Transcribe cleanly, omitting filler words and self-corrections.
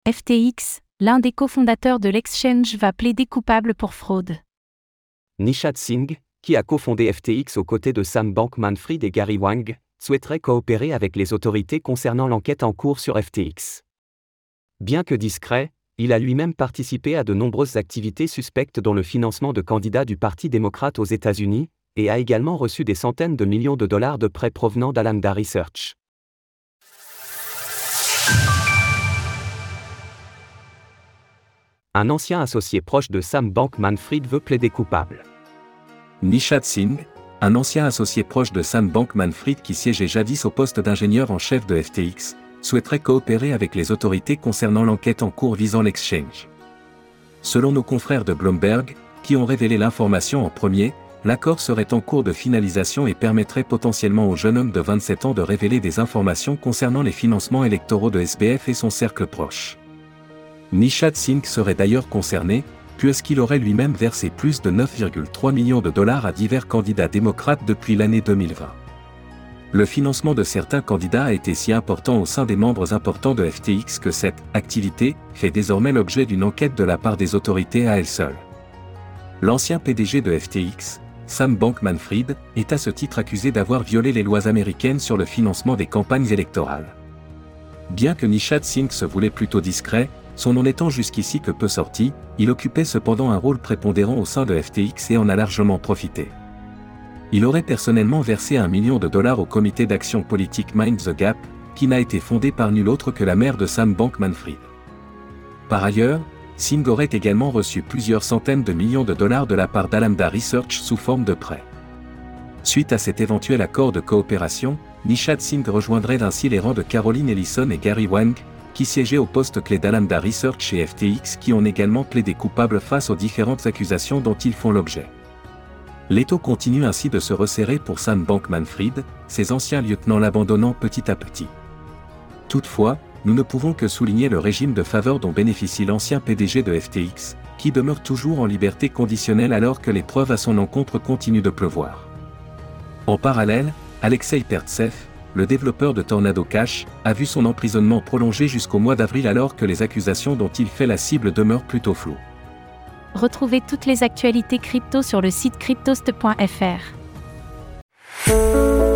FTX, l'un des cofondateurs de l'exchange va plaider coupable pour fraude. Nishad Singh, qui a cofondé FTX aux côtés de Sam Bankman-Fried et Gary Wang, souhaiterait coopérer avec les autorités concernant l'enquête en cours sur FTX. Bien que discret, il a lui-même participé à de nombreuses activités suspectes dont le financement de candidats du Parti démocrate aux États-Unis, et a également reçu des centaines de millions de dollars de prêts provenant d'Alameda Research. Un ancien associé proche de Sam Bankman-Fried veut plaider coupable. Nishad Singh, un ancien associé proche de Sam Bankman-Fried qui siégeait jadis au poste d'ingénieur en chef de FTX, souhaiterait coopérer avec les autorités concernant l'enquête en cours visant l'exchange. Selon nos confrères de Bloomberg, qui ont révélé l'information en premier, l'accord serait en cours de finalisation et permettrait potentiellement au jeune homme de 27 ans de révéler des informations concernant les financements électoraux de SBF et son cercle proche. Nishad Singh serait d'ailleurs concerné, puisqu'il aurait lui-même versé plus de 9,3 millions de dollars à divers candidats démocrates depuis l'année 2020. Le financement de certains candidats a été si important au sein des membres importants de FTX que cette activité fait désormais l'objet d'une enquête de la part des autorités à elle seule. L'ancien PDG de FTX, Sam Bankman-Fried, est à ce titre accusé d'avoir violé les lois américaines sur le financement des campagnes électorales. Bien que Nishad Singh se voulait plutôt discret, son nom n'étant jusqu'ici que peu sorti, il occupait cependant un rôle prépondérant au sein de FTX et en a largement profité. Il aurait personnellement versé $1 million au comité d'action politique Mind the Gap, qui n'a été fondé par nul autre que la mère de Sam Bankman-Fried. Par ailleurs, Singh aurait également reçu plusieurs centaines de millions de dollars de la part d'Alameda Research sous forme de prêts. Suite à cet éventuel accord de coopération, Nishad Singh rejoindrait ainsi les rangs de Caroline Ellison et Gary Wang, qui siégeaient au poste clé d'Alameda Research et FTX qui ont également plaidé coupables face aux différentes accusations dont ils font l'objet. L'étau continue ainsi de se resserrer pour Sam Bankman-Fried, ses anciens lieutenants l'abandonnant petit à petit. Toutefois, nous ne pouvons que souligner le régime de faveur dont bénéficie l'ancien PDG de FTX, qui demeure toujours en liberté conditionnelle alors que les preuves à son encontre continuent de pleuvoir. En parallèle, Alexei Pertsev, le développeur de Tornado Cash, a vu son emprisonnement prolongé jusqu'au mois d'avril alors que les accusations dont il fait la cible demeurent plutôt floues. Retrouvez toutes les actualités crypto sur le site cryptost.fr.